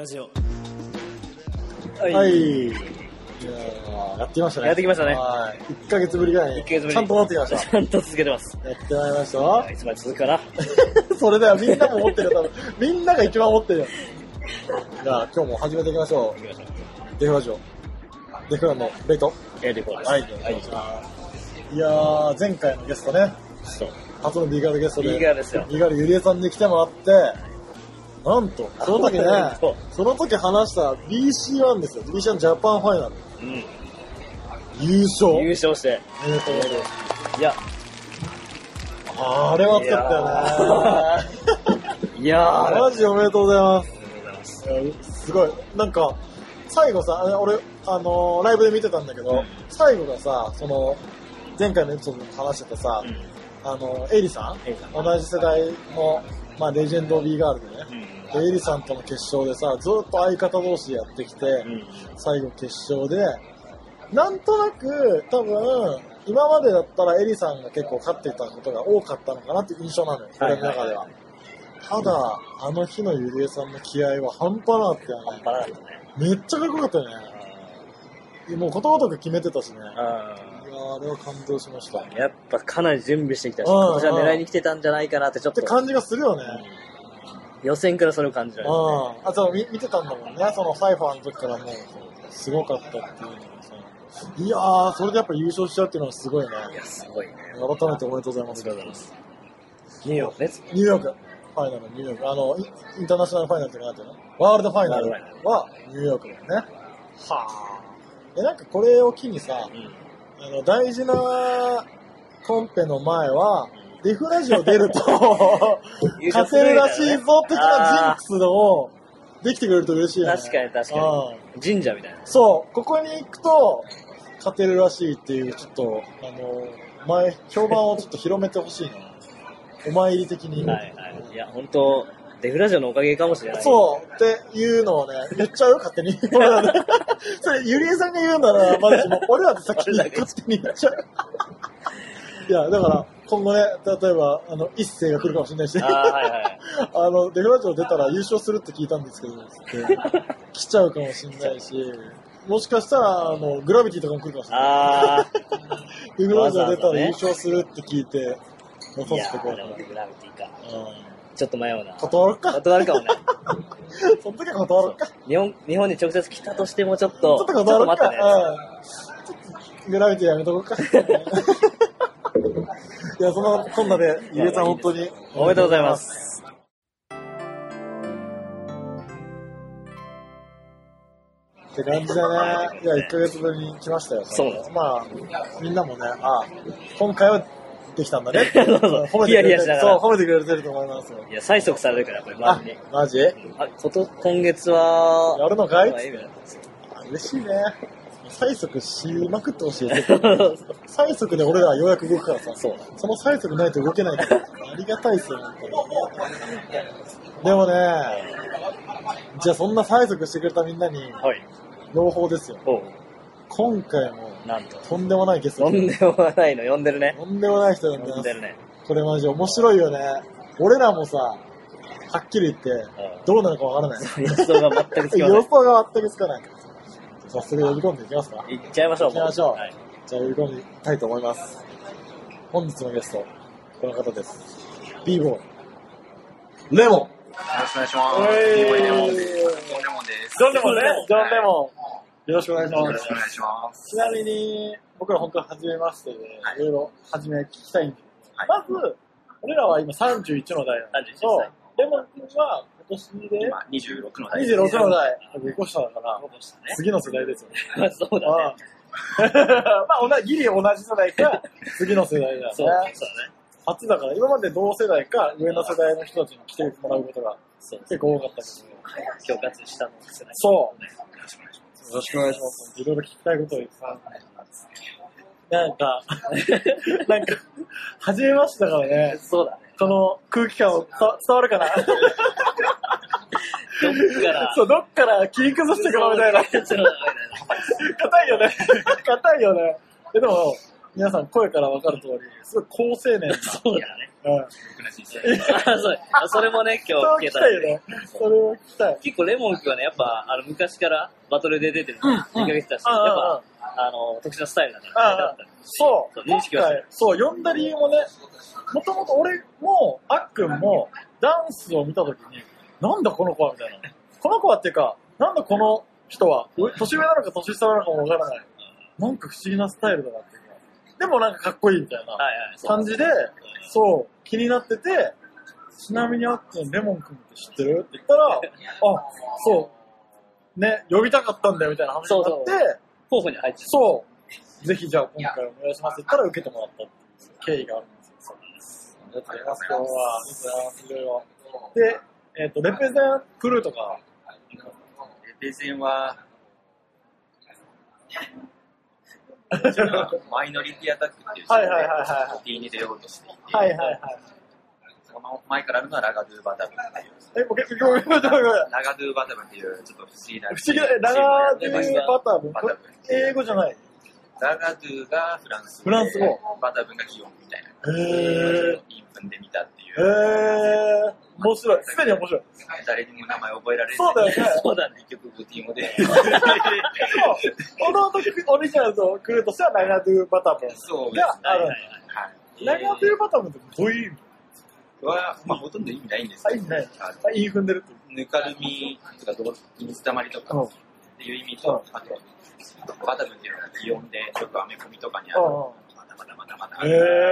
ラジオ。 はい。やってきましたね。 やってきましたね。 はい。1ヶ月ぶりぐらいに。ちゃんと持ってきました。 ちゃんと続けてます。 やってまいりました。 いつまで続くかな。 それではみんなも持ってるよ、多分。みんなが一番持ってるよ。じゃあ、今日も始めていきましょう。デフラジオ。デフラのレイト。 デフラです。 はい。いやー、前回のゲストね。 そう。 初のビーガルゲストで。 ビーガルですよ。 ビーガルゆりえさんに来てもらって、なんと、その時ね、その時話した BC1 ですよ。BC1 ジャパンファイナル。 うん。 優勝して。 おめでとうございます。 いや。 あれは熱かったよね。 いやー。 マジおめでとうございます。すごい。なんか、最後さ、俺、ライブで見てたんだけど、最後がさ、その、前回のエピソードでも話してたさ、エリさん同じ世代の、まあ、レジェンド B ガールでね、エリさんとの決勝でさ、ずっと相方同士でやってきて、最後決勝で、なんとなく、多分、今までだったらエリさんが結構勝っていたことが多かったのかなっていう印象なのよ、俺の中では。ただ、あの日のゆりえさんの気合は半端なかったよね。めっちゃかっこよかったよね。もうことごとく決めてたしね。いやあれは感動しました。 やっぱかなり準備してきたし、今年は狙いに来てたんじゃないかなってちょっと。 って感じがするよね。 予選からそれを感じられる、ね。 そう見てたんだもんね。そのサイファーの時からもう、すごかったっていうのがさ。いやー、それでやっぱ優勝しちゃうっていうのはすごいね。 いや、すごいね。 改めておめでとうございます。 ありがとうございます。ニューヨークです。 ニューヨーク。ファイナル、ニューヨーク。インターナショナルファイナルって何ていうの？ワールドファイナルはニューヨークだよね。はぁ。なんかこれを機にさ、大事なコンペの前は、デフラジオ出ると、勝てるらしいぞ的なジンクスをできてくれると嬉しいよね。 確かに確かに。神社みたいな。 そう、ここに行くと、勝てるらしいっていう、ちょっと、評判をちょっと広めてほしいな。お参り的に。 はいはい。いや、本当デフラジオのおかげかもしれない。 そうっていうのをね、言っちゃうよ、勝手に。それ、ゆりえさんが言うなら、まず俺らで先に勝手に言っちゃう。いや、だから、今後ね、例えば、一世が来るかもしれないし、はいはい、デフラジオ出たら優勝するって聞いたんですけど、来ちゃうかもしれないし、もしかしたら、グラビティとかも来るかもしれない。デフラジオ出たら優勝するって聞いて、残してこう。 グラビティか。ちょっと迷うな。 断るか。 断るかもね。 その時は断るか。 日本に直接来たとしてもちょっと断るか。グラビティやめとこうか。いや、こんなで、ゆりえさん本当におめでとうございます。 って感じだね。いや、1ヶ月ぶりに来ましたよ。 そうです。 まあ、みんなもね、今回はできたんだね。 褒めてくれてる。 そう、褒めてくれてると思いますよ。 いや、催促されるから、これ、マジに。 マジ？ 今月は、 やるのかい？嬉しいね。催促しまくってほしい。催促で俺らはようやく動くからさ。その催促ないと動けないから。ありがたいっすよ、本当に。でもね、じゃあそんな催促してくれたみんなに、朗報ですよ。今回も、 なんととんでもないゲスト。 とんでもないの呼んでるね。 とんでもない人呼んでます。 呼んでるね。 これマジ面白いよね。俺らもさ、はっきり言って、どうなるかわからない。 予想が全くつかない。 予想が全くつかない。早速呼び込んでいきますか。 行っちゃいましょう。 じゃあ呼び込みたいと思います。本日のゲスト、この方です。ビーボーイ。レモン。 よろしくお願いします。ビーボーイレモンです。 ジョンレモンね。ジョンレモン。よろしくお願いします。 よろしくお願いします。 ちなみに、僕ら本当は初めましてで、いろいろ初め聞きたいんですけど、まず、俺らは今31の代なんだけど、レモン君は今年で今26の代。 26の代。5個下だから、次の世代ですよね。 そうだね。 まあ、ギリ同じ世代か、次の世代だよね。 そうだね。 初だから、今まで同世代か、上の世代の人たちに来てもらうことが結構多かったけど。 恐喝したの世代。 そう。よろしくお願いします。いろいろ聞きたいことを言ってた。なんか、初めましてだからね。 そうだね。 その空気感を伝わるかなどっから切り崩していくのみたいな。硬いよね。硬いよね。でも、 皆さん声から分かる通り、すごい高青年な。 そうだね。 うん。 それもね、今日聞けた。 それを聞きたい。 結構レモン君はね、やっぱ、昔からバトルで出てるの2ヶ月だし、やっぱ、特殊なスタイルだから。 そう。 認識はしてる。 そう、呼んだ理由もね、もともと俺も、あっくんも、ダンスを見たときに、なんだこの子はみたいな。この子はっていうか、なんだこの人は、年上なのか年下なのかもわからない。なんか不思議なスタイルだなっていうか。でもなんかかっこいいみたいな感じで、そう、気になってて、ちなみにあっくん、レモンくんって知ってるって言ったら、あ、そう、ね、呼びたかったんだよみたいな話になって、 候補に入っちゃう。 そう、ぜひじゃあ今回お願いしますって言ったら受けてもらったっていう経緯があるんですよ。そうです。ありがとうございます。今日は、ありがとうございます。いろいろ。で、レペゼンクルーとか。 レペゼンは、マイノリティアタックっていうチームで T に出ようとしていて、その前からあるのはラガドゥーバタブンっていう。ラガドゥーバタブンっていうちょっと不思議な。 ラガドゥーバタブン英語じゃない。 ラガドゥがフランス語。 バタブンが気温みたいな。インフンで見たっていう。 面白い。すでに面白い。 誰にも名前覚えられる。 そうだよね。 そうだね。 結局ブティモで。 このオリジナルのクルーとしてはラガドゥバタブンがある。ラガドゥバタブンってどういう意味は、まあほとんど意味ないんですけど。 意味ない。インフンでるって。 ぬかるみとか水たまりとかっていう意味と、あと、バタブンっていうのが気温でよくアメコミとかにある。まだ。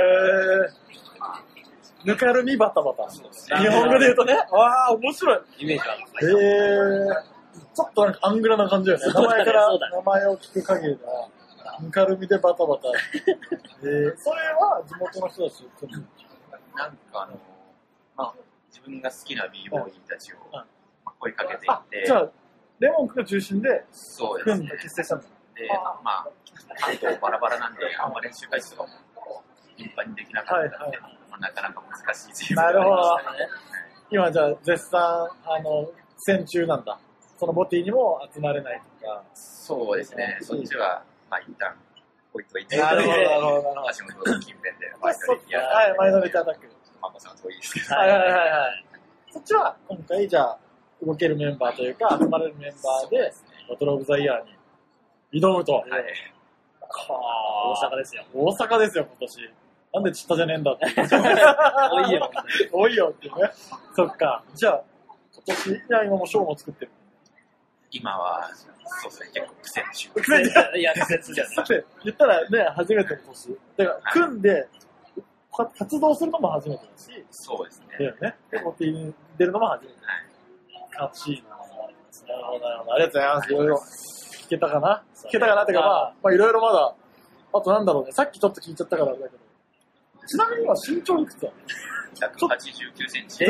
ぬかるみバタバタ。日本語で言うとね、わー、面白い。 イメージある。 ちょっとなんかアングラな感じだよね。名前から名前を聞く限りでは、ぬかるみでバタバタ。それは地元の人たちなんかまあ、自分が好きな b ボーイたちを声かけていって。 じゃあ、レモン君が中心で、 そうですね。 結成したんだ。 で、まあ、関東バラバラなんで、あんま練習回数とかも頻繁にできなかったので、なかなか難しいチームなるほど。今じゃあ絶賛、戦中なんだ。そのボティにも集まれないとか。 そうですね。そっちは、まあ一旦置いといて。 なるほど。 足元の近辺で、 マイノリティアタック。 マコさんは遠いですけど。 そっちは今回じゃあ、動けるメンバーというか、集まれるメンバーで、バトルオブザイヤーに挑むと。 大阪ですよ。 大阪ですよ、今年。なんでちったじゃねえんだって。 多いよ。 多いよっていうね。そっか。じゃあ、今年、今もショーも作ってる。 今は、そうですね、結構苦戦中。 苦戦中。 いや、苦戦じゃない。 だって言ったらね、初めての年。だから、組んで、活動するのも初めてだし。 そうですね。 だよね。で、モテに出るのも初めて。楽しいな。なるほど、なるほど。ありがとうございます。いろいろ聞けたかなってか、まあいろいろまだ、あとなんだろうね。さっきちょっと聞いちゃったからあれだけど。ちなみに今身長いくつだ 189センチ。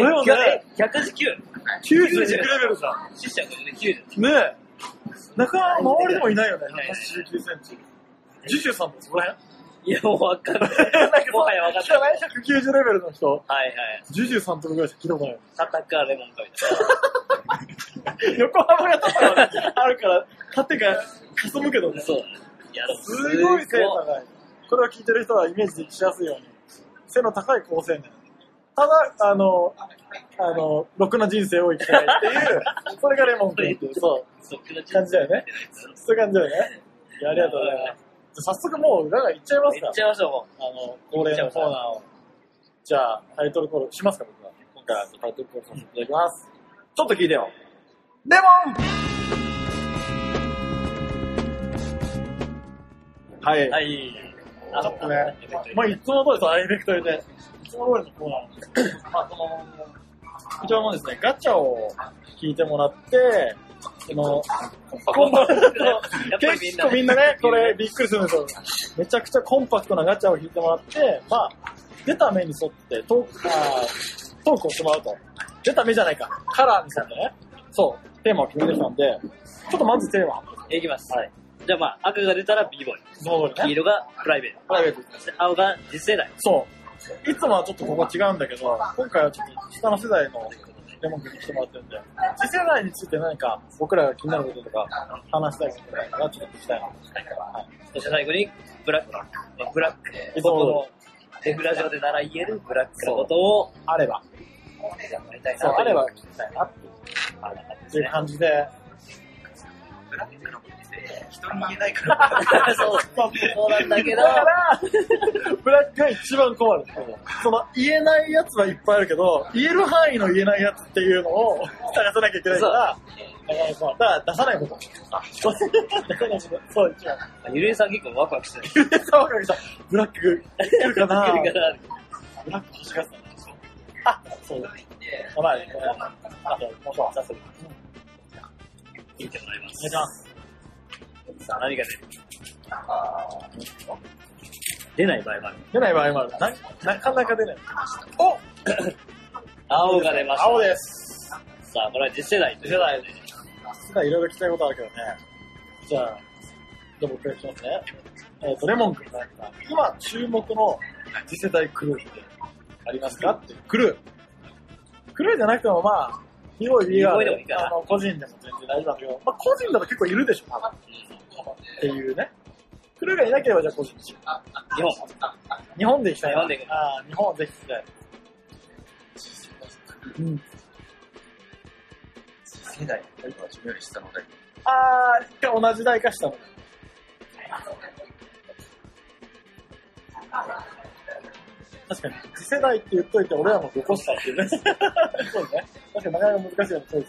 119。 96レベルじゃん。 死者がね、90。 ねえ。なかなか周りでもいないよね。89センチ。ジュジュさんもそこら辺いや、もうわかんない。もはやわかんない。 190レベルの人。 はいはい。 ジュジュさんとかぐらいしか聞いたことないよ。 戦かレモンかみたいな。 横浜があるから、縦がかすむけどね。 そう。いや、 すごい背高い。これを聞いてる人はイメージしやすいように。背の高い高青年。ただ、ろくな人生を生きてないっていう、それがレモン君っていう、そう感じだよね。そういう感じだよね。いや、ありがとうございます。早速もう裏がいっちゃいますか。 いっちゃいましょう、もう。 恒例のコーナーを。じゃあ、タイトルコールしますか、僕は。今回はタイトルコールさせていただきます。ちょっと聞いてよ。レモンはい。 はい。 ちょっとね、まあ、いつも通りエフェクト入れて、いつも通りのコーナー。まあ、こちらもですね、ガチャを引いてもらって、結構みんなね、これびっくりするんですよ。めちゃくちゃコンパクトなガチャを引いてもらって、まあ、出た目に沿ってトークをしてもらうと。出た目じゃないか。カラーに沿ってね。そう。テーマを決めてきたんで、ちょっとまずテーマ発表。 いきます。はい。じゃあまあ、赤が出たら b ボーイ。 その通りね。 黄色がプライベート。 プライベートです。 青が次世代。 そう。いつもはちょっとここ違うんだけど、今回はちょっと下の世代のレモン君に来てもらってるんで、次世代について何か僕らが気になることとか話したいことがあったらちょっと聞きたいな。はい。 そして最後に、ブラック、のデフラジオでなら言えるブラックのことをあれば、 やりたいな。 そう、あれば聞きたいなっていう感じで、 ブラックのことって人に言えないから。 そうなんだけど。 だから、ブラックが一番困る。その言えないやつはいっぱいあるけど、言える範囲の言えないやつっていうのを探さなきゃいけないから、だから出さないこと。そう、一番。 ゆりえさん結構ワクワクしてる。 ゆりえさんワクワクした。ブラック来るかなブラック欲しがってた。あ、そうだ。まあ、あと、もうそう、早速。 聞いてもらいます。 お願いします。 さあ、何が出ない場合もある。 出ない場合もある。なかなか出ない。お青が出ました。 青です。 さあ、これは次世代という。 次世代いろいろ聞きたいことあるけどね。じゃあ僕から聞きますね。レモン君が今注目の次世代クルーってありますかって。クルーじゃなくてもまあ、広い理由がある。個人でも全然大丈夫だけど、まあ個人だと結構いるでしょ、多分。っていうね。クルーがいなければじゃあ個人にしよう。日本で行きたい。日本ぜひ行きたい。 世代の代は自分より下の代。 同じ代か下の代。確かに、次世代って言っといて俺らも5個下っていうね。そうね。確かになかなか難しいよね、そうです。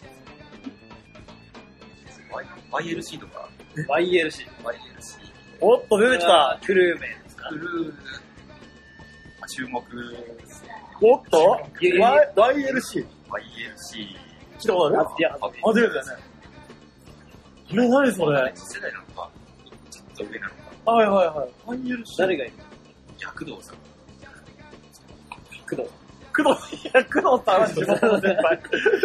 YLC とか。 YLC。 おっと出てきた。 クルー名ですか。 クルー、注目ですね。 おっと YLC。聞いたことある？初めてだね。何それ？ 次世代なのか、ちょっと上なのか。はい。YLC。 誰がいる？ 工藤さん。 工藤さん、地元の先輩。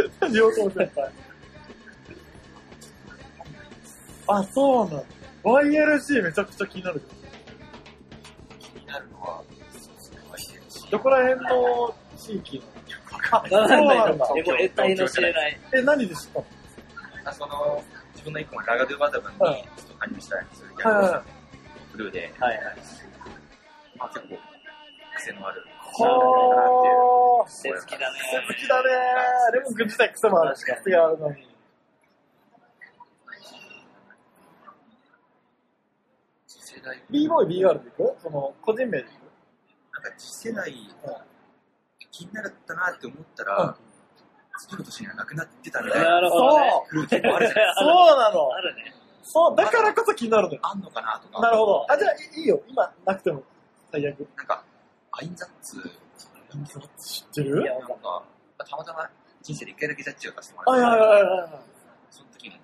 そうなんだ。YLC めちゃくちゃ気になる。 気になるのは、 どこら辺の地域の？ そうなんだ。得体の知れない。 何で知ったの？ 自分の一個のラガドゥバタブに加入したいんですよ。クルーで。まあ結構、癖のある。 癖好きだね。 レモン君自体癖もあるし、癖があるのに。B ボーイ、B ガールで行く？その、個人名で行く？ なんか次世代、気になったなって思ったら、次の年にはなくなってたみたいな。 なるほどね。 そうなの。 あるね。 そう、だからこそ気になるのよ。 あんのかなとか。 なるほど。じゃあいいよ。今なくても最悪。 なんか、アインザッツ知ってる？ なんか、たまたま人生で一回だけジャッジを出してもらった。 その時に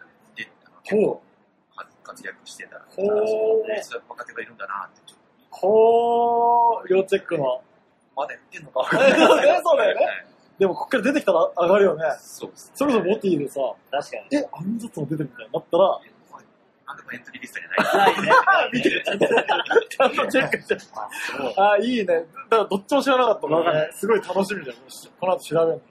活躍してた。 実は若手がいるんだなって。 要チェックの。 まだやってんのか。 そうだよね。でもこっから出てきたら上がるよね。 そうです。 それこそモティでさ、 確かに。 アンザッツも出てるみたいになったら、 なんでもエントリーリストにはないね。 見てる。ちゃんとチェックしてる。いいね。だからどっちも知らなかったもんね。すごい楽しみだよ。この後調べるの。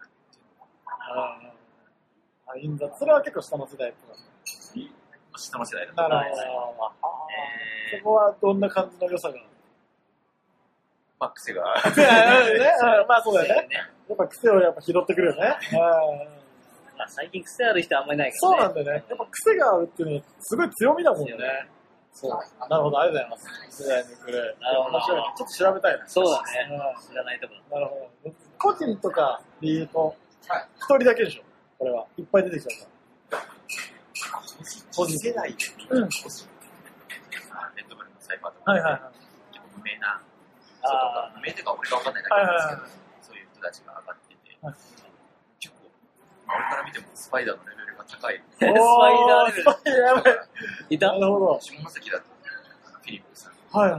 アンザッツ。それは結構下の世代とか。 下の世代だった。 なるほど。そこはどんな感じの良さが？ まあ、癖が。 まあそうだよね。やっぱ癖を拾ってくるよね。 最近癖ある人あんまりないからね。そうなんだよね。やっぱ癖があるっていうのはすごい強みだもんね。そう。なるほど、ありがとうございます。世代に来る。 なるほど。 面白い。ちょっと調べたいな。 そうだね。知らないところ。 なるほど。個人とかで言うと、一人だけでしょ。これは。いっぱい出てきちゃうから。 個人世代。 うん。 レッドブルのサイファーとか。結構無名な。無名というか俺が分かんないだけなんですけど、そういう人たちが上がってて、結構、俺から見てもスパイダーのレベルが高い。 スパイダーレベル。 スパイダーやばい。 いた？ なるほど。 下関だと、フィリップさん。 ま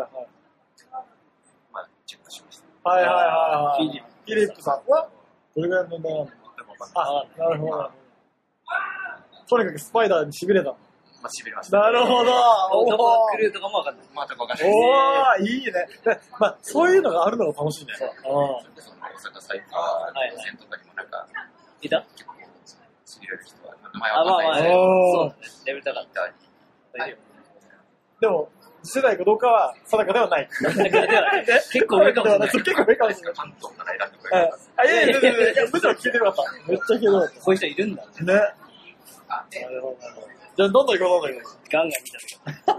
あ、チェックしました。 フィリップさんはどれぐらいの年代なの？なるほど。とにかくスパイダーに痺れたの。 まあ、痺れました。 なるほど。 クルーとかも分かんない。 まあ、分かんない。 いいね。まあ、そういうのがあるのが楽しいね。 阪サイファー予選とかにもなんか、 いた結構、知り合いる人は、名前はわかんないですけど、 そうですね。レベル高かった。 でも、次世代かどうかは定かではない。 結構上かもしれない。 結構上かもしれない。 関東から選んでくれる。 いや、むしろ聞いてよかった。めっちゃ聞いてよかった。 こういう人いるんだ。ね。 なるほど。じゃあ、どんどん行こう、どんどん行こう。 ガンガン来た。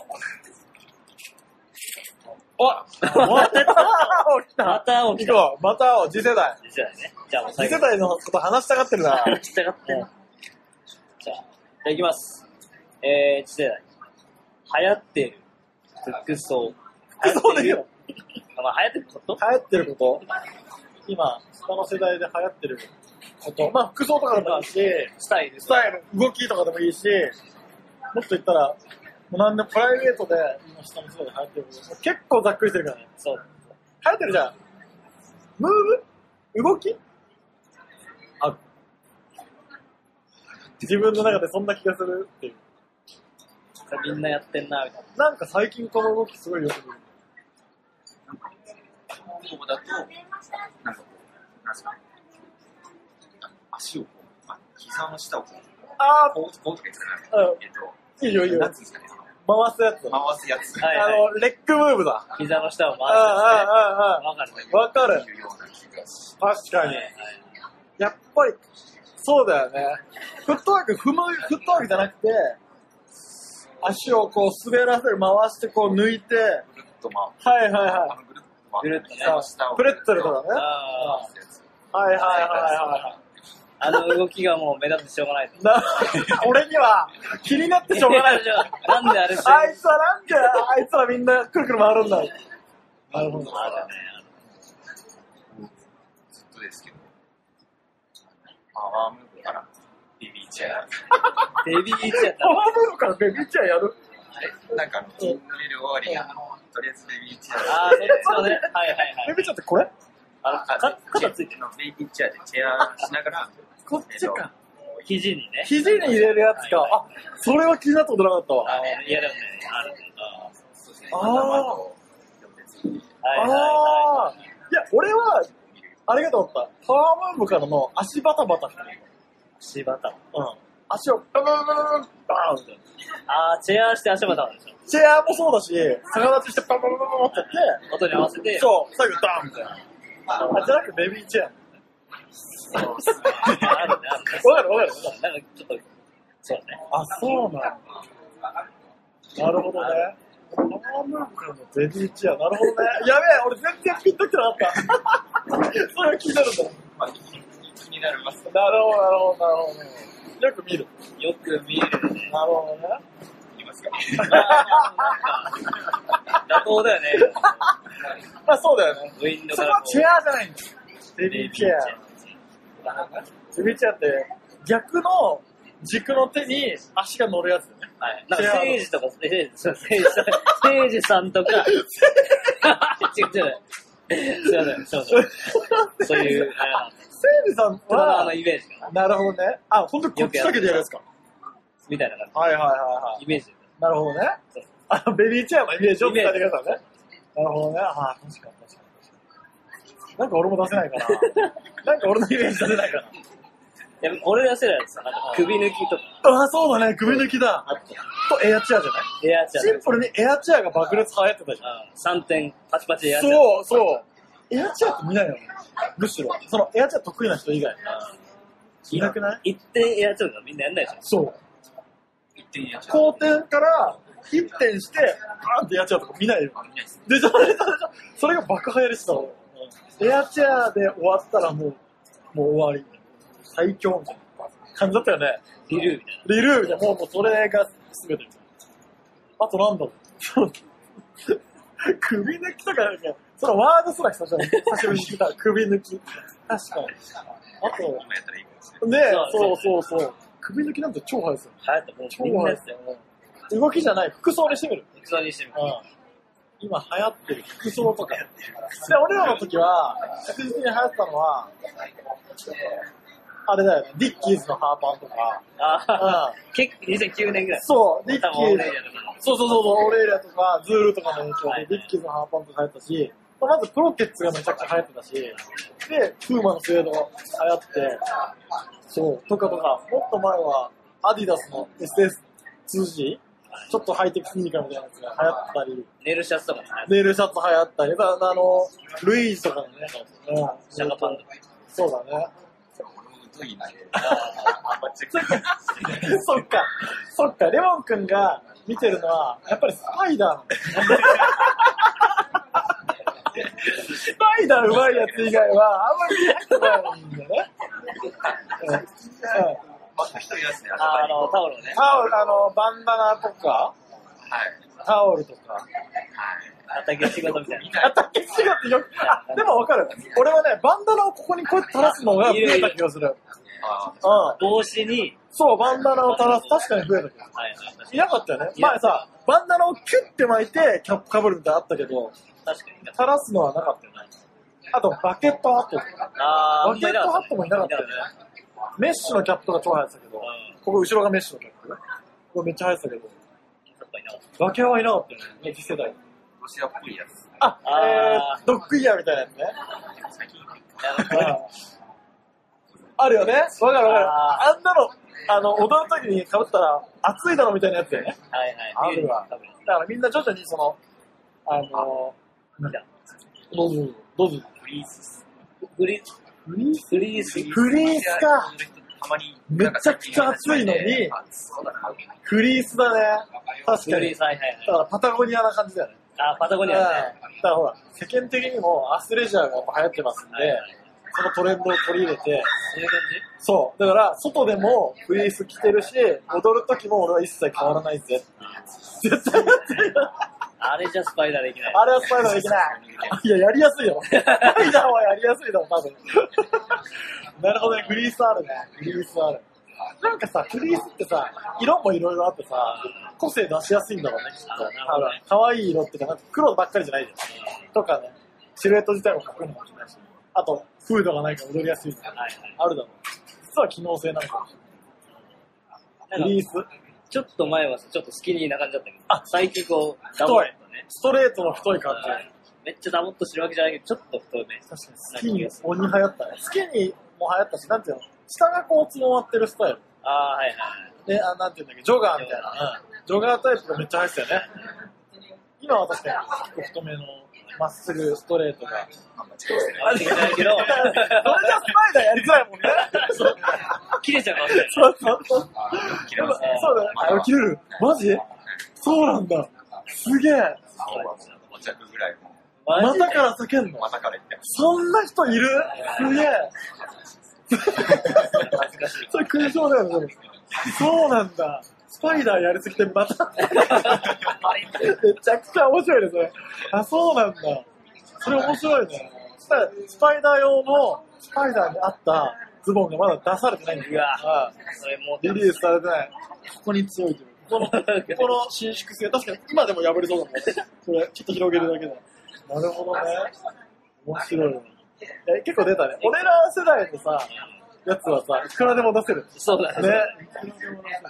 また起きた。 行こう。また次世代。 次世代ね。じゃあもう次世代のこと話したがってるな。 話したがってる。じゃあ行きます。次世代。流行ってる服装。 服装でいいよ。 まあ流行ってること流行ってること今、下の世代で流行ってること。まあ服装とかでもいいし、 スタイル、 動きとかでもいいし、もっと言ったら、もう何でもプライベートで今下の世代で流行ってること。結構ざっくりしてるからね。 そう。 流行ってるじゃん。ムーブ動きあ、自分の中でそんな気がするっていう。 みんなやってんな、みたいな。 なんか最近この動きすごいよく見る。 こうだと、なんかこう、なんすか、足をこう、膝の下をこう、こうとか言ってたいいよいいよ。 なんつうんですかね。 回すやつ。 回すやつ。 レッグムーブだ。 膝の下を回すやつね。 わかる。確かに。やっぱり、そうだよね。フットワークじゃなくて、足をこう滑らせる、回してこう抜いて、 ぐるっと回る。 ぐるっとね。 プレッツェルとかね。 はい。 動きがもう目立ってしょうがない。 俺には気になってしょうがない。 なんであれしてあいつはなんであいつらみんなくるくる回るんだ。なるほど。 ずっとですけど、パワームーブからベビーチェア。 ベビーチェアパワームーブからベビーチェアやる？ なんか筋トレ終わりやとりあえずベビーチェア。そっちのね。はい。 ベビーチェアってこれ？ 肩ついてるの？ ベビーチェアでチェアしながら、 こっちか。 肘にね。 肘に入れるやつか。あ、それは気になったことなかったわ。 いやでもね、ある。 いや、俺は、ありがとう思った。パワームーブからの足バタバタしてる。 足バタ。 足をバーンって。 チェアして足バタでしょ。 チェアもそうだし、逆立ちしてバババババってやって、 音に合わせて。 そう、最後ダーンみたいな。じゃなくてベビーチェア。 あるね。 わかる。 なんかちょっと、そうね。 あ、そうなんだ。なるほどね。パワームーブからのベビーチェア、なるほどね。やべえ、俺全然ピンときてなかった。それが気になるんだ。 気になります。 なるほど。よく見る。 ね。 なるほどね。 見ますか？ 妥当だよね。 まあそうだよね。 ウィンドそこはチェアじゃないんだよ。ベビーチェア。ベビーチェアって逆の軸の手に足が乗るやつだよね。 はい。なんか、セイジとか、セイジさんとか、違う。そういう、 セイジさんは、 イメージかなるほどね。あ、ほんとこっちだけでやるやつか。 みたいな感じ。 はい。 イメージ。 なるほどね。ベビーチェアのイメージを伝えてくださいね。なるほどね。確かに。なんか俺も出せないかな。なんか俺のイメージ出せないかな。 いや、俺出せるやつさ、なんか首抜きとか。 そうだね、首抜きだ。とエアチェアじゃない？ エアチェア。 シンプルにエアチェアが爆裂流行ってたじゃん。 3点パチパチエアチェア。 そう。エアチェアって見ないよね。むしろ。そのエアチェア得意な人以外。いなくない？ 一点エアチェアがみんなやんないでしょ。 そう。 一点エアチェア。 後転から一転して、バーンってエアチェアとか見ないよ。で、それが爆流行りしたの。エアチェアで終わったらもう終わり。最強みたいな感じだったよね。 リルーみたいな。リルーみたいな。もうそれが全て。あとなんだろう。首抜きとかなんか、そのワードすら久しぶりに聞いた。首抜き。確かに。あと、ねそう。首抜きなんて超流行るんですよ。 流行った。もう超流行ったよ。 動きじゃない。服装にしてみる。 服装にしてみる。 今流行ってる服装とか。で、俺らの時は、確実に流行ってたのは、あれだよね、ディッキーズのハーパンとか。 結構2009年ぐらい。 そう、ディッキーズ。そう、オレイリアとか、ズールとかの影響で、ディッキーズのハーパンとか流行ったし、まずプロケッツがめちゃくちゃ流行ってたし、 で、プーマのスウェードが流行って、そう、とか、もっと前は、アディダスの SS2G？ ちょっとハイテクスニーカーみたいなやつが流行ったり、 ネイルシャツとかもね。 ネイルシャツ流行ったり、ルイーズとかのね、 シャカパンとか。 そうだね。そっか、レモン君が見てるのは、やっぱりスパイダーなんだよ。スパイダーうまいやつ以外は、あんまり見ないんだよね。 タオルね。 タオル、バンダナとか、タオルとか。 畑仕事みたいな。 畑仕事よく、でもわかる。俺はね、バンダナをここにこうやって垂らすのが増えた気がする。 帽子に。 そう、バンダナを垂らす、確かに増えた気がする。いなかったよね。前さ、バンダナをキュッて巻いてキャップかぶるみたいなのあったけど、 確かに。 垂らすのはなかったよね。あと、バケットハットとか。バケットハットもいなかったよね。メッシュのキャップが超流行ってたけど、ここ後ろがメッシュのキャップ。これめっちゃ流行ってたけど、バケはいなかったよね、次世代。 ロシアっぽいやつ。 ドッグイヤーみたいなやつね。あるよね。わかる。あんなの、踊るときに被ったら、熱いだろみたいなやつだよね。あるわ。だからみんな徐々にどうぞ。 フリースか。めちゃくちゃ暑いのに、フリースだね。確かに。だからパタゴニアな感じだよね。 パタゴニアね。 だからほら、世間的にもアスレジャーがやっぱ流行ってますんで、そのトレンドを取り入れて、 そういう感じ？ そう。だから、外でもフリース着てるし、踊るときも俺は一切変わらないぜ。絶対やってる。 あれじゃスパイダーできない。 あれはスパイダーできない。いや、やりやすいよ。スパイダーはやりやすいだろ、多分。なるほどね、フリースあるね。フリースある。なんかさ、フリースってさ、色もいろいろあってさ、個性出しやすいんだろうね、きっと。可愛い色ってか、黒ばっかりじゃないじゃん。とかね、シルエット自体もかっこいいのかもしれないし。あと、フードがないから踊りやすいとか、あるだろう。実は機能性なのかもしれない。フリースちょっと前はちょっとスキニーな感じだったけど、最近こう、 太い。ストレートの太い感じ。 めっちゃダボっとしてるわけじゃないけど、ちょっと太め。 確かにスキニー、鬼流行ったね。スキニーも流行ったし、なんていうの、下がこう、つもまってるスタイル。で、なんていうんだっけ、ジョガーみたいな。ジョガータイプがめっちゃ流行ってたよね。今は確かに結構太めの、まっすぐストレートが。 あるけど、それじゃスパイダーやりづらいもんね。 切れちゃうかもしれない。 そうだね。切れる。マジ？そうなんだ。すげえ。 5着ぐらい。 股から裂けんの？ 股からいって。 そんな人いる？すげえ。それ勲章だよね。そうなんだ。スパイダーやりすぎてまた。めちゃくちゃ面白いですね。そうなんだ。それ面白いね。スパイダー用のスパイダーに合ったズボンがまだ出されてないんだよ。 それもリリースされてない。ここに強いという。この伸縮性、確かに今でも破れそうだもん。それ、ちょっと広げるだけだ。なるほどね。面白い。結構出たね。俺ら世代のさ、やつはさ、いくらでも出せる。 そうだね。 いくらでも出せる。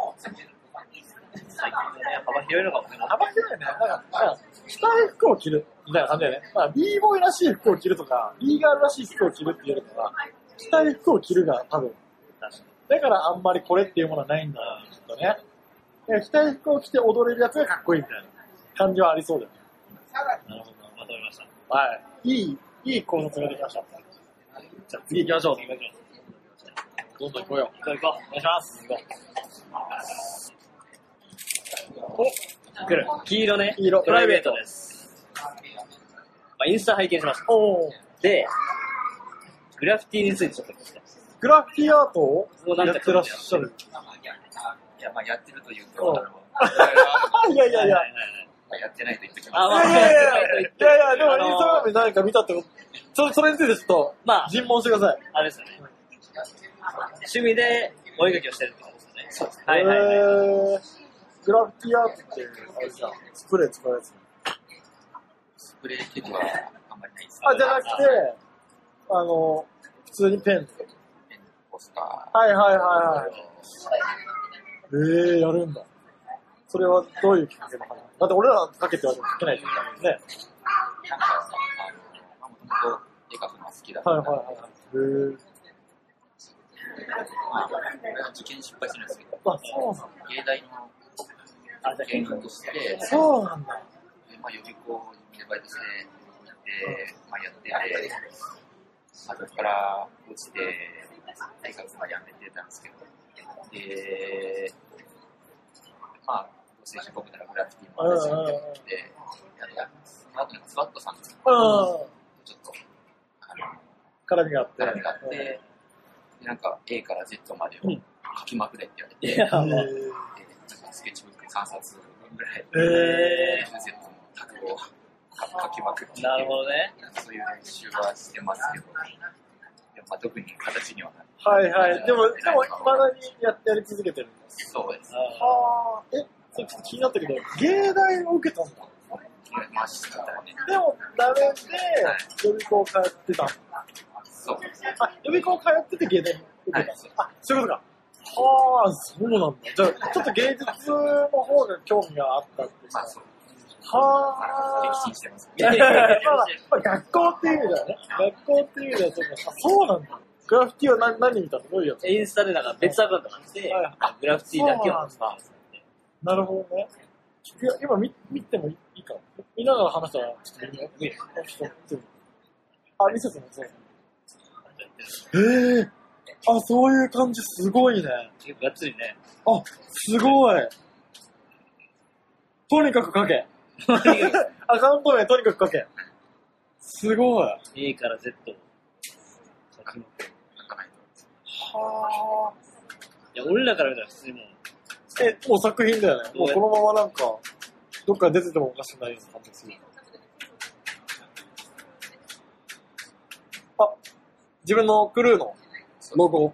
最近ね、幅広いのかもね。 幅広いね。なんか、着たい服を着るみたいな感じだよね。B ボーイらしい服を着るとか、B ガールらしい服を着るっていうよりかは、着たい服を着るが多分。だからあんまりこれっていうものはないんだろうね、きっとね。着たい服を着て踊れるやつがかっこいいみたいな感じはありそうだよね。 なるほど、まとめました。 はい。いい考察ができました。じゃあ次行きましょう。どんどん行こうよ。 行こう。お願いします。来る。黄色ね。 黄色。 プライベートです。インスタ拝見しました。で、グラフィティについてちょっと聞きたい。 グラフィティアートをやってらっしゃる。 いや、やってるというと、 いや。 やってないと言ってきます。 いや、でもインスタグラムで何か見たってこと、それについてちょっと、尋問してください。 あれですよね。趣味でお絵描きをしてるってことですよね。 そうですね。グラフィティアートって、あれじゃん、スプレー使うやつ。 スプレー機はあんまりないです。 じゃなくて、普通にペン。 ポスター。 はい。やるんだ。それはどういうきっかけの話？だって俺らかけては書けないじゃんね。 なんか、もともと絵描くの好好きだったんで、受験失敗するんですけど、芸大の受験をして、 そうなんだ。 予備校にバイトして行って、やってて、そこから落ちて、大学まで辞めてたんですけど、で、どうせ仕込めたらグラフィティも私もって思って、その後にスワットさんとちょっと絡みがあって、 で、なんか A から Z までを書きまくれって言われて、スケッチブック3冊分ぐらい、Z のタグを書きまくって、 なるほどね。 そういう練習はしてますけど、でも特に形にはない。はいはい。でもまだにやり続けてるんです。 そうです。 はあ。それちょっと気になったけど、芸大を受けたんだ。 ましたね。 でもダメで予備校通ってた。 そう。 予備校通ってて芸大に受けた。そういうことか。はあ、そうなんだ。じゃあちょっと芸術の方が興味があったっていうか。はあ。 歴史にしてます。 学校っていう意味だよね。学校っていう意味ではそうなんだ。グラフィティは何見たの？どういうやつ？ インスタでなんか別アカウントがあって、グラフィティだけを。 なるほどね。今見てもいいか？見ながら話したらちょっと見せてもそう。そういう感じすごいね。 結構がっつりね。 すごい。とにかく書け。アカウント名とにかく書け。すごい。 A から Z を書きまくる。 はあ。 いや、俺らから見たら普通にもう。 もう作品だよね。もうこのままなんか、どっか出ててもおかしくないような感じする。自分のクルーのロゴ。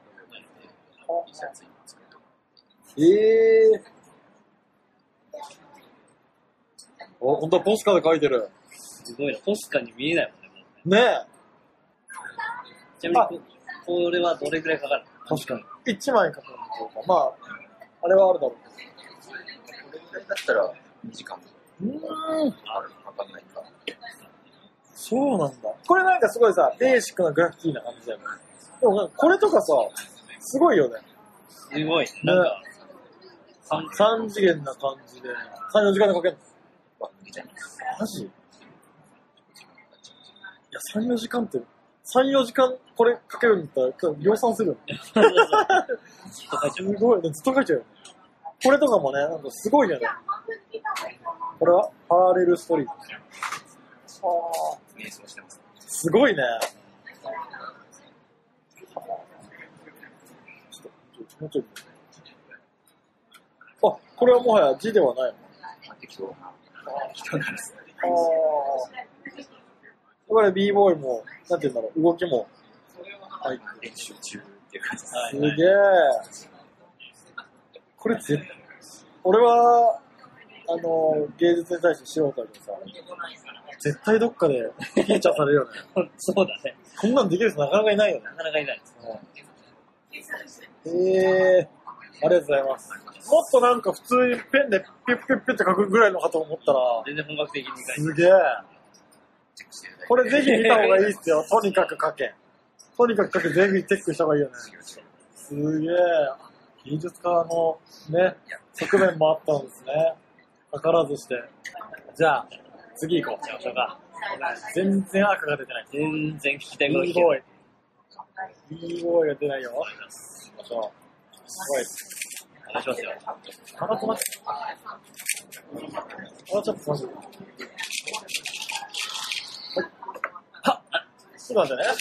ほんとポスカで書いてる。 すごいな。ポスカに見えないもんね。 ねえ。 ちなみにこれはどれくらいかかる？ 確かに。1枚かかるのか。あれはあるだろう。 これぐらいだったら2時間かかんないか。 そうなんだ。これなんかすごいさ、ベーシックなグラフィティな感じだよね。でもこれとかさ、すごいよね。 すごい。なんか、 3次元な感じで、3、4時間で描けるの？マジ？いや、3、4時間って、3、4時間これ描けるんだったら、量産するよね。すごいね、ずっと描いちゃうよね。これとかもね、なんかすごいよね。これはパラレルストリート。 瞑想してます。 すごいね。もうちょい。これはもはや字ではないの？ 適当なんです。 これ B ボーイも、なんて言うんだろう、動きも。 練習中っていう感じです。 すげえ。これ俺は、芸術に対して素人だけどさ、絶対どっかでフィーチャーされるよね。 そうだね。 こんなんできる人なかなかいないよね。 なかなかいないです。 ありがとうございます。もっとなんか普通にペンでピュッピュッピュッって書くぐらいのかと思ったら、 全然本格的に書いてすげえ。これぜひ見た方がいいっすよ。とにかく書け。とにかく書け、ぜひチェックした方がいいよね。すげえ。芸術家のね、側面もあったんですね。わからずして。じゃあ、次行こう。じゃあ、そうか。全然赤が出てない。 全然聞きたいこと聞けない。 B ボーイが出ないよ。すごい。 お願いしますよ。 ちょっと待って。ちょっと待って。はい。ちょっと待ってね。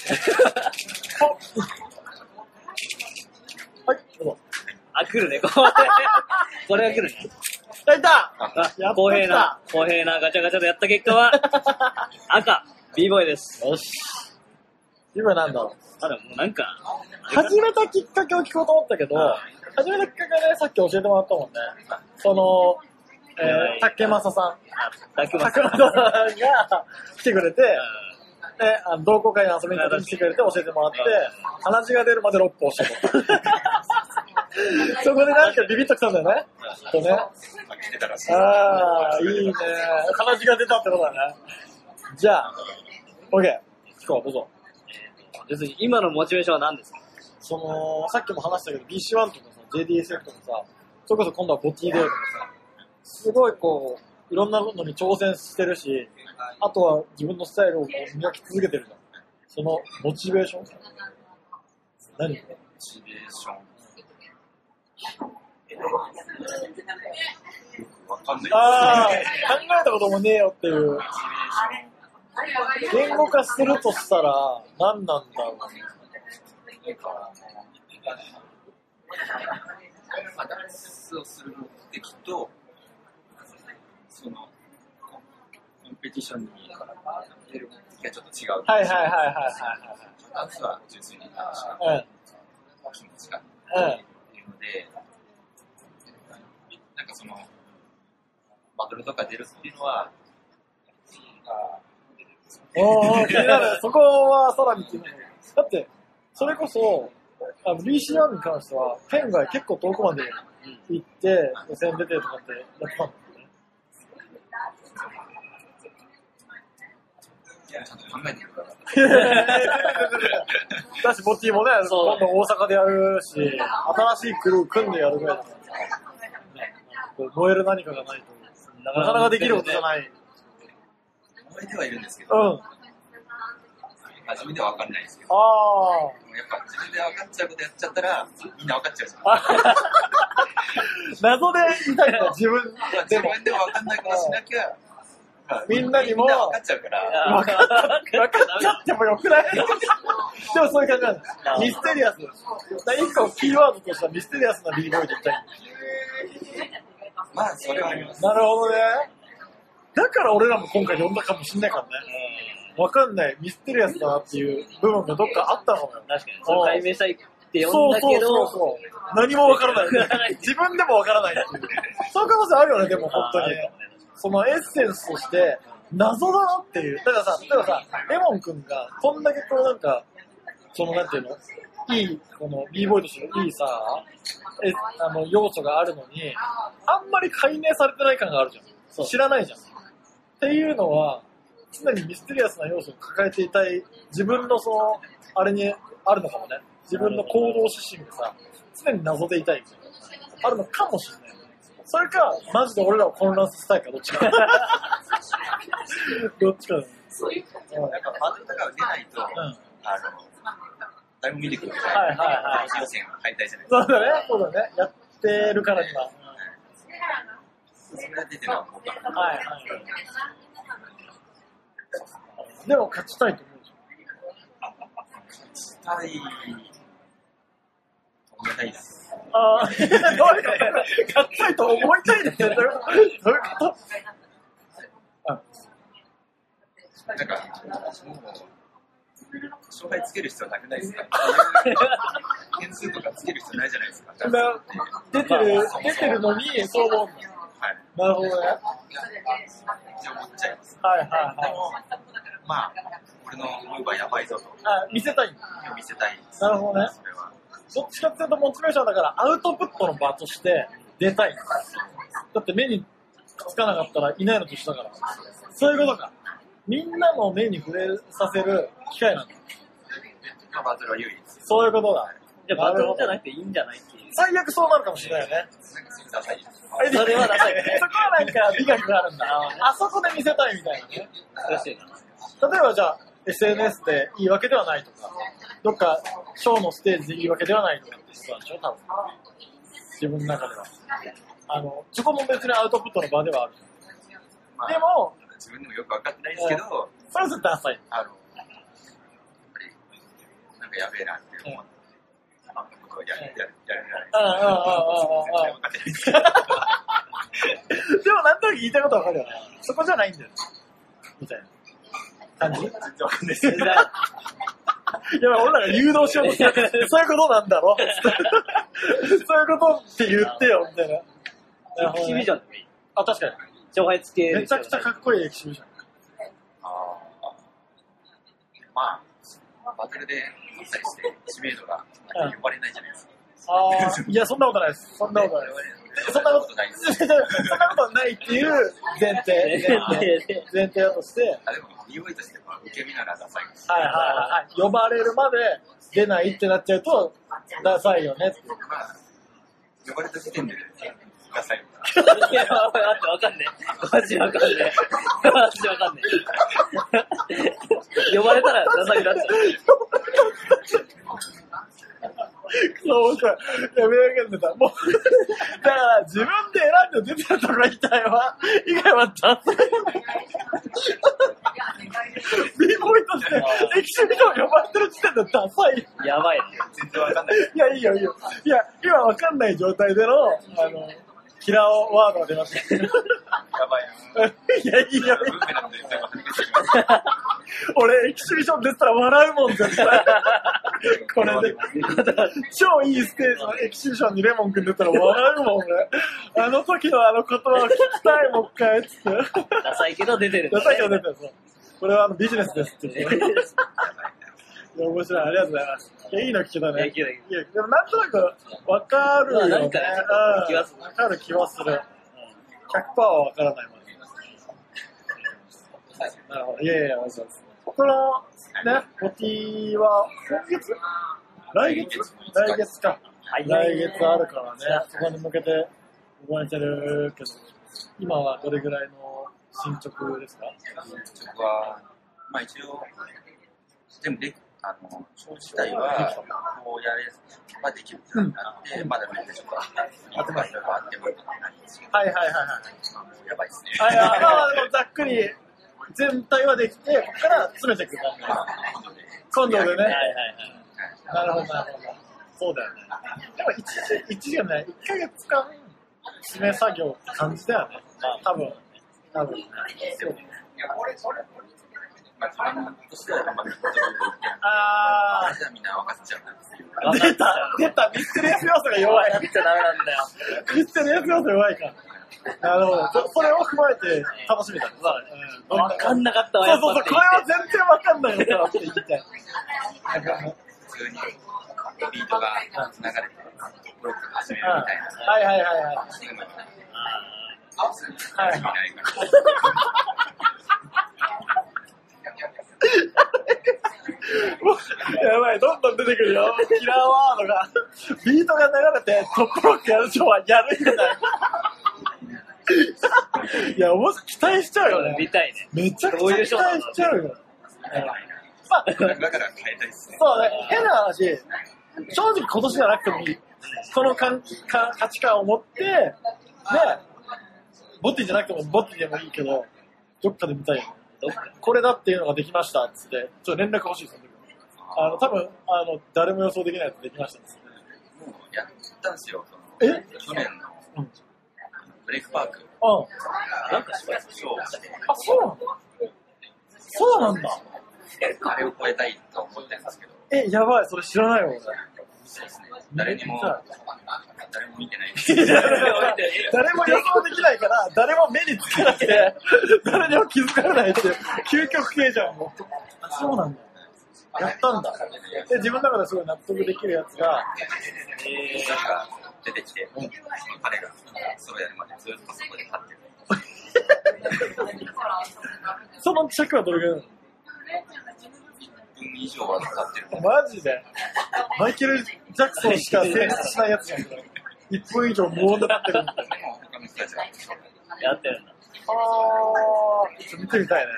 はい、どうぞ。 来るね。これが来るね。 いた！ 公平なガチャガチャでやった結果は、赤、B ボーイです。 よし。今なんだろう。 でもなんか、 始めたきっかけを聞こうと思ったけど、始めたきっかけね、さっき教えてもらったもんね。竹正さん。竹正さんが来てくれて、同好会に遊びに来てくれて教えてもらって、鼻血が出るまで6歩教えてそこでなんかビビッときたんだよね。とね。いいね。鼻血が出たってことだね。じゃあ、OK。聞こう、どうぞ。 別に今のモチベーションは何ですか？ さっきも話したけど BC1 とかさ、JDSF とかさ、それこそ今度はボティデーとかさ、すごいこう、いろんなことに挑戦してるし、あとは自分のスタイルをこう磨き続けてるじゃん。そのモチベーション何？ モチベーション。よくわかんない。 考えたこともねえよっていう。言語化するとしたら何なんだろう。 ダンスをする目的と、そのコンペティションに出る目的がちょっと違う。 はい。 ダンスは純粋に楽しかった。気持ちがっていうので、なんかそのバトルとか出るっていうのは、 気になる。そこはさらに気になる。だってそれこそBC1 に関しては県外結構遠くまで行って予選出てとかってやってたんだよね。 いやちゃんと考えてるから。 だしボッティもね、今度大阪でやるし、新しいクルー組んでやるぐらいだからさ、燃える何かがないとなかなかできることじゃない。 燃えてはいるんですけど、自分では分かんないですけど、やっぱ自分で分かっちゃうことやっちゃったらみんな分かっちゃうじゃん。 謎で言いたいんだ、自分でも分かんないことしなきゃ、 みんなにも分かっちゃうから。 分かっちゃってもよくない？でもそういう感じなんです。ミステリアス。一個キーワードとしてはミステリアスな B ボーイで言いたい。 まあそれはあります。 なるほどね。だから俺らも今回呼んだかもしんないからね。わかんない。ミステリアスだなっていう部分がどっかあったのよ。 確かに。それ解明したいって呼んだけど。 そう。何もわからない。自分でもわからないっていう。そういう可能性あるよね、でも本当に。そのエッセンスとして謎だなっていう。だからさ、例えばさ、レモン君がこんだけこうなんか、そのなんていうのいい、この B ボーイとしてのいいさ、要素があるのに、あんまり解明されてない感があるじゃん。知らないじゃん。っていうのは、常にミステリアスな要素を抱えていたい、自分のその、あれにあるのかもね。自分の行動指針がさ、常に謎でいたいみたいな。あるのかもしれない。それか、マジで俺らを混乱させたいか、どっちか。どっちかだね。 なんかバトルとかが出ないと、誰も見てくれない。予選敗退じゃないですか。そうだね。やってるからには。 それが出てるのは僕は。 でも勝ちたいと思うじゃん。勝ちたい。思いたいです。 勝ちたいと思いたいですね。どういうことなんか、もう、勝敗つける必要なくないですか？点数とかつける必要ないじゃないですか。 出てるのに、そう思うんだ。 はい。 なるほどね。 一応思っちゃいます。 でも、まあ、俺のムーバーやばいぞと。 見せたい。 見せたい。 なるほどね。 それは。 どっちかっていうとモチベーションだからアウトプットの場として出たい。だって目につかなかったらいないのと一緒だから。そういうことか。みんなの目に触れさせる機会なんだ。 バトルは唯一。 そういうことだ。 じゃあバトルじゃなくていいんじゃないっていう。 最悪そうなるかもしれないよね。 それはダサい。 そこはなんか美学があるんだ。あそこで見せたいみたいなね。例えばじゃあ SNS でいいわけではないとか、どっかショーのステージでいいわけではないとかって人なんでしょ、多分。自分の中では。そこも別にアウトプットの場ではある。でも、 自分でもよく分かってないですけど、 それはダサい。 やっぱり、なんかやべえなって思って、やるじゃないですか。 でもなんとなく言いたいことは分かるよね。そこじゃないんだよ。みたいな感じ？全然分かんないです。いや、俺らが誘導しようとして、そういうことなんだろそういうことって言ってよ、みたいな。 エキシビジョンでもいい。 あ、確かに。 勝敗つけめちゃくちゃかっこいいエキシビジョン。 まあ、バトルで勝ったりして、知名度が呼ばれないじゃないですか。 いや、そんなことないです。そんなことないです。 そんなことない。そんなことないっていう前提だとして。 でも、匂いとしては受け身ならダサい。 はいはいはい。呼ばれるまで出ないってなっちゃうと、ダサいよねって。 呼ばれた時点でダサい。 いや、わかんねえ。マジわかんねえ。マジわかんねえ。呼ばれたらダサくなっちゃう。 そうさ、やめられんでた。もう、だから自分で選んで出てるとこ以外はダサい。B ボーイとしてエキシビション呼ばれてる時点でダサい。 やばいね。 全然わかんない。 いや、いいよ。いや、今わかんない状態での、キラーワードが出ました。 やばいな。 いや、いいよ。俺、エキシビション出たら笑うもん、絶対。これで。超いいステージのエキシビションにレモン君出たら笑うもん、俺。あの時の言葉を聞きたい、もう一回、つって。 ダサいけど出てる。 ダサいけど出てる。これはビジネスですって言って。いや、面白い。ありがとうございます。いや、いいの聞けたね。いや、でもなんとなくわかるよね。わかる気はする。100% はわからないもんね。なるほど。いや、面白いです。この、ね、ボティは、今月来月か。来月あるからね、そこに向けて動いてるけど、今はどれぐらいの進捗ですか？ 進捗は、まあ一応、全部ショー自体は、こうやればできるようになって、まだ見てちょっとあってもらってもないんですけど。 はい。 やばいですね。 ざっくり、全体はできて、ここから詰めていく感じ。今度でね。なるほど。そうだよね。でも1時間ね、1ヶ月間、詰め作業って感じだよね。多分。そうだね。 まあ、自分としては頑張ることじゃあみんな分かっちゃうんです出よ。 たミステリアス要素が弱い。 やっちゃダメなんだよ。 ミステリアス要素弱いか。なるほど。それを踏まえて楽しみだね。 分かんなかったわ。 そう、これは全然分かんないよって言いたい。 普通にビートが流れて、ブロック始めるみたいな。 はい。やばい、どんどん出てくるよ。キラーワードが。ビートが流れて、トップロックやる人はやるんじゃない？いや、期待しちゃうよね。 見たいね。 めちゃくちゃ期待しちゃうよ。 まあ、だから変えたいっすね。 そうね、変な話、正直今年じゃなくてもいい。この価値観を持って、ね、ボティじゃなくてもボティでもいいけど、どっかで見たいよね。これだっていうのができましたっつって、ちょっと連絡欲しいですよ。多分誰も予想できないやつできましたっつって。 もうやったんですよ。 去年のブレイクパーク。 なんかしました。 そうなんだ。 あれを超えたいと思ってるんですけど。 やばい、それ知らないわ、俺。 そうですね。誰も見てない誰も予想できないから、誰も目につけなくて、誰にも気づかれないっていう、究極系じゃん、もう。そうなんだ。やったんだ。で、自分の中ですごい納得できるやつが、 出てきて、彼がそれやるまでずっとそこで立ってる。 その尺はどれぐらいなの？ 1分以上は立ってる。 マジでマイケル・ジャクソンしか成立しないやつじゃん。1分以上無音で立ってるみたいな。 他の人たちがやってるんだ。 ちょっと見てみたいね。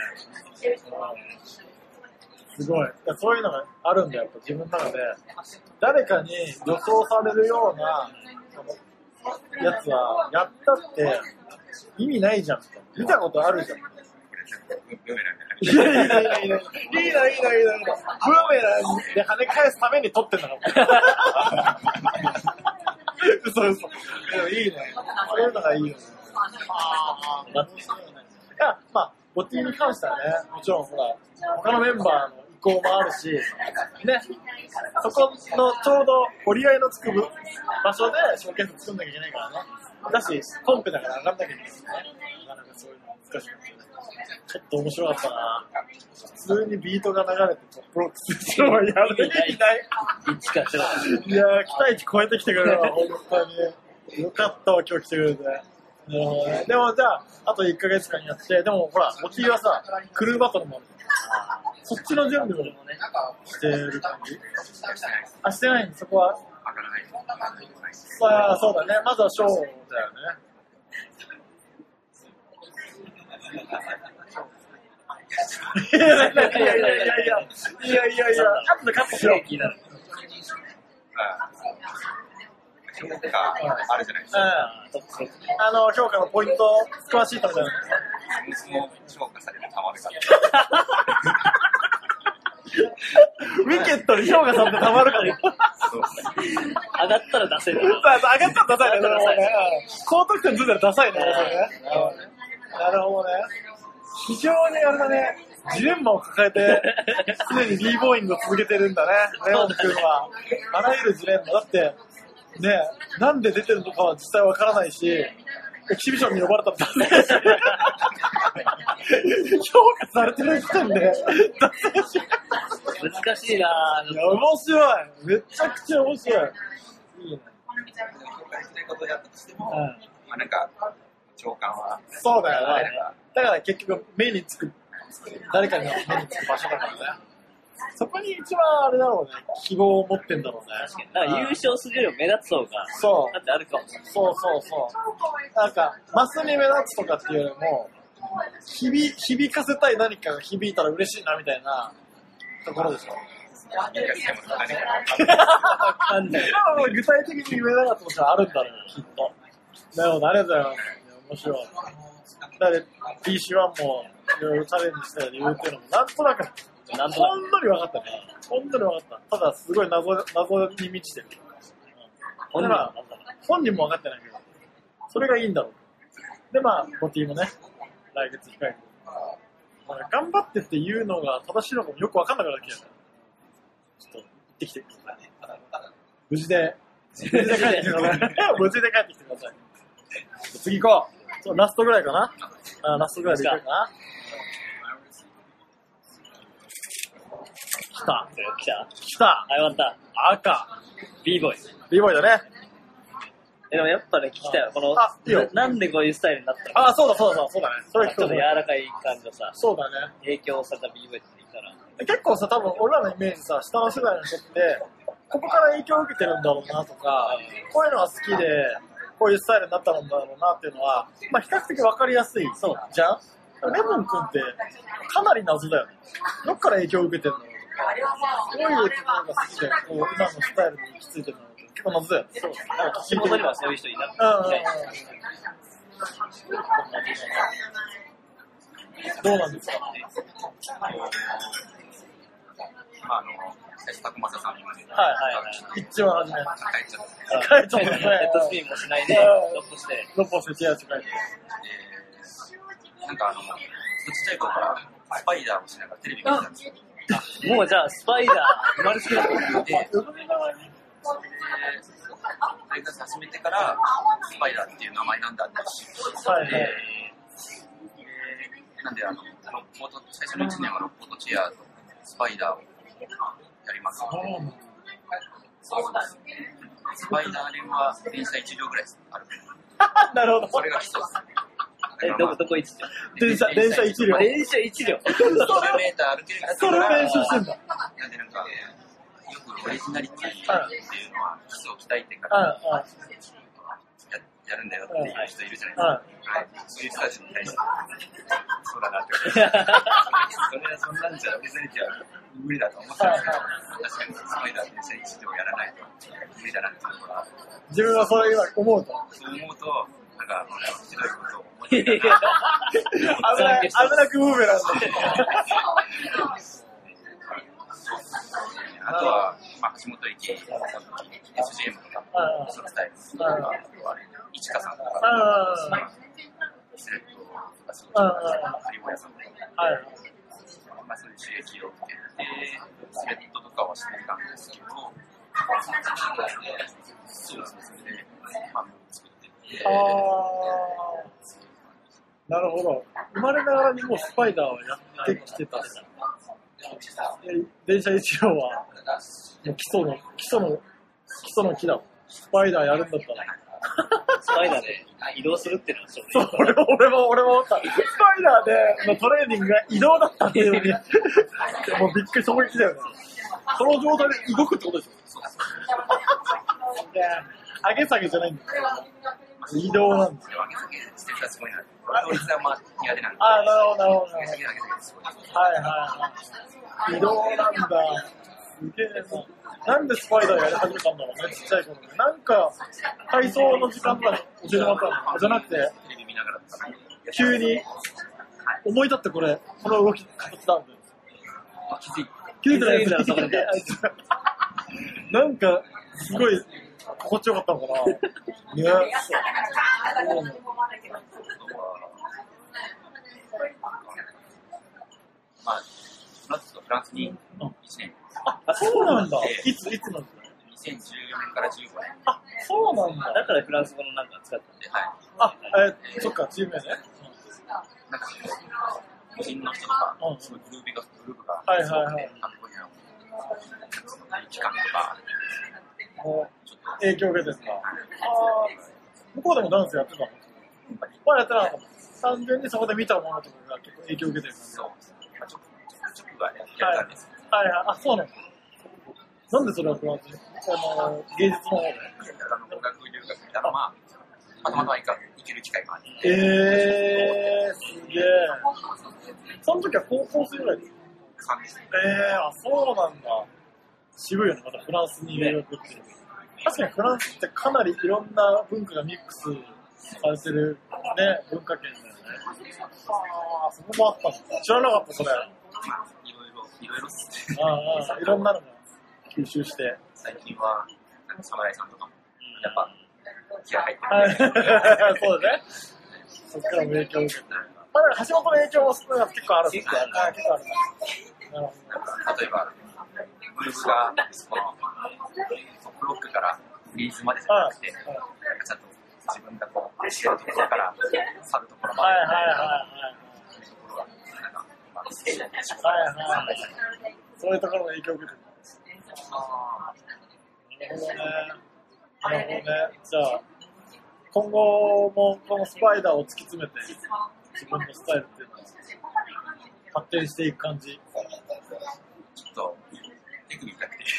すごい。そういうのがあるんだよ、やっぱ自分の中で。誰かに予想されるようなやつは、やったって意味ないじゃん。見たことあるじゃん。いいな。ブーメランで跳ね返すために撮ってんだから。嘘。でもいいね。そういうのがいいよね。まあ、ボティに関してはね、もちろんほら、他のメンバーの意向もあるし、ね、そこのちょうど折り合いのつく場所でショーケース作んなきゃいけないからね。だし、コンペだから上がんなきゃいけないですね。なかなかそういうの難しくて。ちょっと面白かったな。普通にビートが流れてトップロックするのはやる意味ない。 一かしら。 いやー、期待値超えてきてくれるわ、本当に。 よかったわ、今日来てくれて。でもじゃあ、あと1ヶ月間やって、でもほら、おきはさ、クルーバトルもあるじゃん。そっちの準備もしてる感じ？あ、してないんそこは。そうだね。まずはショーだよね。いや、後でカットしよう。 あるじゃないですか。 評価のポイント詳しいとみたいな。 評価されるたまるから。 ウィケットに評価されてたまるから。 上がったら出せる。 上がったらダサいね。高得点ずれたらダサいね。なるほどね。非常にあれだね。ジレンマを抱えて、常に b ボーイングを続けてるんだね。レオン君は。あらゆるジレンマ。だって、ね、なんで出てるのかは実際わからないし、エキシビションに呼ばれたらダメだし、評価されてる時点で、ダメし。 難しいなぁ。 面白い。めちゃくちゃ面白い。いいね。 評価してることをやったとしても、まあなんか、長官は。 そうだよね。だから結局目につく、誰かに目につく場所だからね。そこに一番あれだろうね、希望を持ってんだろうね。 確かに。なんか優勝するより目立つ方が、 そう。 だってあるかも。 そう。なんか、マスに目立つとかっていうよりも、響かせたい何かが響いたら嬉しいなみたいなところでしょ。 わかんない。 具体的に言えなかったことはあるんだろうよ、きっと。なるほど、ありがとうございます。面白い。だって、PC1 もいろいろチャレンジしたり言うてるのも、なんとなく、ほんのり分かったね。ほんのり分かった。ただ、すごい謎に満ちてる。本人も分かってないけど、それがいいんだろう。で、まあ、ボティもね、来月控えてる。頑張ってっていうのが正しいのかもよく分かんなくなってきたから。ちょっと、行ってきてください。無事で帰ってきてください。無事で帰ってきてください。次行こう。そうラストぐらいかな。ラストぐらいでいこうかな。来た。 あ、よかった。 赤。 b ボーイ。 b ボーイだね。 でもやっぱね、聞きたいよ。この、なんでこういうスタイルになったの？ あ、そうだね。それちょっと柔らかい感じのさ、 そうだね。 影響された b ボーイって言ったら。 結構さ、多分俺らのイメージさ、下の世代の人って、ここから影響を受けてるんだろうなとか、こういうのが好きで、こういうスタイルになったんだろうなっていうのは、まあ比較的わかりやすい。そうじゃん？レモン君ってかなり謎だよね。どっから影響を受けてるの？どういうところが好きで、こう今のスタイルに行き着いてるの？結構謎だよね。そうですね。 地元にはそういう人いなくて。 どうなんですか？ たくまささんに一番初め。 帰っちゃった。 ヘッドスピンもしないで、 ロッポしてチェアして帰って。 なんかちっちゃい頃からスパイダーをしながらテレビ見てたんですよ。 もうじゃあスパイダー生まれつきだった。 生活始めてからスパイダーっていう名前なんだって知って、なんで最初の1年はロッポートチェアとスパイダーをやりますので、スパイダー連は電車1両ぐらいある。 なるほど。 それが基礎です。 どこ1両？ 電車1両。 電車1両。 10メーター歩けるやつそれ練習してんだ。 なんでなんか、よくオリジナリティっていうのは基礎を鍛えてからやるんだよっていう人いるじゃないですか。そういう人たちに対して、そうだなって思って。そんなんじゃオリジナリティは無理だと思ってたんですけど、確かにスパイダー電車1両やらないと無理だなっていうのが。 自分はそれ今思うと。 そう思うと、なんか、ひどいことを思ってた。危なくブーメランだ。 あとは、橋本駅、SGM とか、そのスタイルとか、あとは、市川さんとか、スレッドとか、そういうハリボヤさんとか、そういう刺激を受けて、スレッドとかはしていたんですけど、そうですね、それで、作っていって、 なるほど。生まれながらにもうスパイダーはやってきてた。電車一両はもう基礎の木だ。スパイダーやるんだったらスパイダーで移動するっていうのはそう、俺も思った。スパイダーでのトレーニングが移動だったっていうのに、もうびっくり、衝撃だよね。その状態で動くってことでしょ。上げ下げじゃないんだよ。移動なんですよ。 上げ下げしてたらすごいな。俺はまあ苦手なんで。 ああ、なるほど、なるほど。 上げ下げだけですごい。 はいはいはい。移動なんだ。すげえな。なんでスパイダーやり始めたんだろうね、ちっちゃい頃で。なんか、体操の時間とか教えてもらったのじゃなくて、 テレビ見ながら急に思い立ってこの動き形なんで。気づいてないです。なんか、すごい、心地よかったのかな。ね。 まあ、フランスに1年。 あ、そうなんだ。いつなんですか？ 2014年から15年。 あ、そうなんだ。 だからフランス語のなんか使ったんで。 はい。 そっか、チーム名ね。 なんか、個人の人とか、そのグループが、 はいはいはい。 期間とか、 もう、ちょっと影響を受けてですか？向こうでもダンスやってたの？まあやってなかった。単純にそこで見たものとかが結構影響を受けてる。 そう。ちょっとはやったんです。 はいはい。あ、そうなんだ。なんでそれはフランス芸術の方で？ 語学留学みたいなのは、たまたま行ける機会があって。 すげえ。その時は高校生ぐらいですか？あ、そうなんだ。渋いよね、またフランスに留学って。確かにフランスってかなりいろんな文化がミックスされてるね、文化圏だよね。そこもあったんだ。知らなかった、それ。 いろいろっすね。 いろんなのが吸収して。 最近は、侍さんとかも、やっぱ、気合入ってる。 そうだね。そっからも影響を受けて。まだ橋本の影響も結構ある。結構ある。 例えば、グループが、ブロックからフリーズまでじゃなくて、ちゃんと自分がこう、知るところから去るところまで。そういうところの影響を受けてる。なるほどね。じゃあ、今後もこのスパイダーを突き詰めて、自分のスタイルっていうのは発展していく感じ。 ちょっと、テクニックだけで。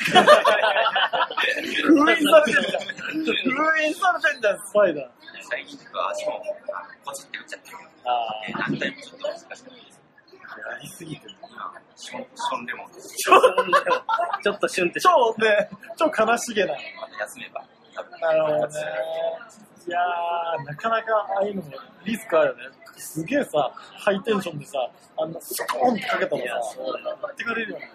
封印されてんじゃん。封印されてんじゃん、スパイダー。 最近とか足もポチって打っちゃってるけど、何回もちょっと難しかったです。 やりすぎてる。 ションレモン。 ちょっとシュンって。 超悲しげな。 また休めば。 なるほどね。いやー、なかなかああいうのもリスクあるよね。すげえさ、ハイテンションでさ、スコーンってかけたらさ、やってくれるよね。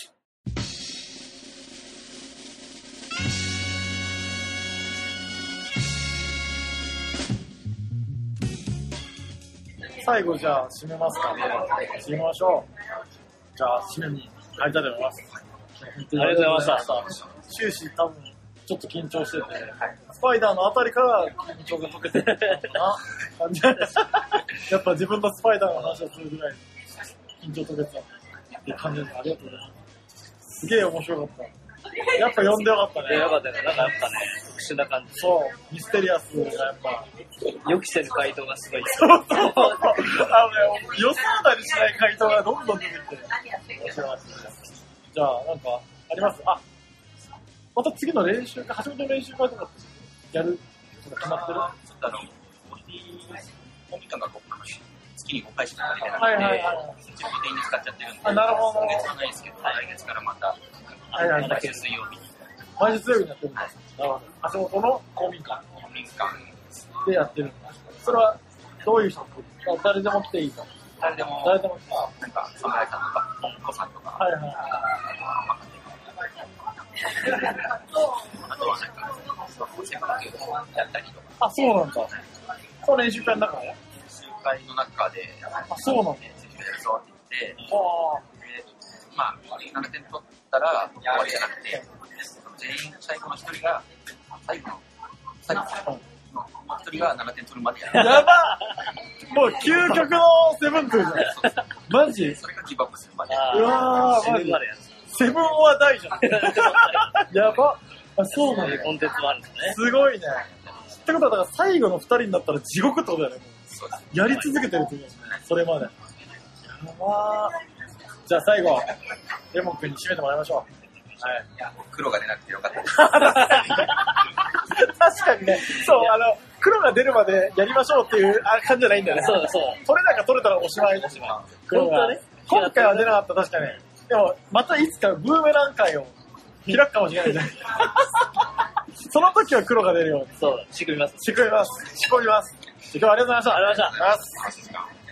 最後じゃあ締めますかね。締めましょう。じゃあ締めに入りたいと思います。 ありがとうございました。 終始多分ちょっと緊張してて、スパイダーのあたりから緊張が解けてるのかな感じ。やっぱ自分のスパイダーの話をするぐらい緊張解けてたっていう感じです。ありがとうございます。すげえ面白かった。やっぱ呼んでよかったね。 よかったね。なんかやっぱね、特殊な感じ。 そう、ミステリアスがやっぱ。 予期せぬ回答がすごい。 そう。予想だにしない回答がどんどん出てきて。じゃあ、なんか、あります？また次の練習会、初めての練習会とかやるとか決まってる？ ちょっとコンビ間が月に5回しか足りてなくて、準備的に使っちゃってるんで、 なるほど。 今月はないですけど、来月からまた、毎週水曜日に。 毎週水曜日にやってるんだ。なるほど。橋本の公民館でやってるんだ。それはどういう人？誰でも来ていいか？ 誰でも、 なんか、侍さんとか、本子さんとか、 はいはい。 あとはなんか、専門球をやったりとか。 そうなんだ。その練習会の中で？ 練習会の中で、 そうなんだ。 選手がやるぞって言って、まあ、7点取ったら終わりじゃなくて、全員最後の1人が、最後の1人が7点取るまでやる。 やばっもう究極のセブントゥーじゃん。マジ？ それがギブアップするまで。 うわー、マジセブンオアダイじゃん。やばっ。そうなんだ。 コンテンツもあるんですね。 すごいね。 ってことは、だから最後の2人になったら地獄ってことだよね。やり続けてるってことですね。それまで。やばー。じゃあ最後、レモン君に締めてもらいましょう。はい。 いや、黒が出なくてよかったです。 確かにね、そう、黒が出るまでやりましょうっていう感じじゃないんだよね。 そうだそうだ。 取れなんか取れたらおしまい。黒がね。今回は出なかった、確かに。でも、またいつかブーメラン会を開くかもしれないじゃん。その時は黒が出るように。 そう、仕組みます。 仕込みます。今日はありがとうございました。 ありがとうございました。 ありがとうございます。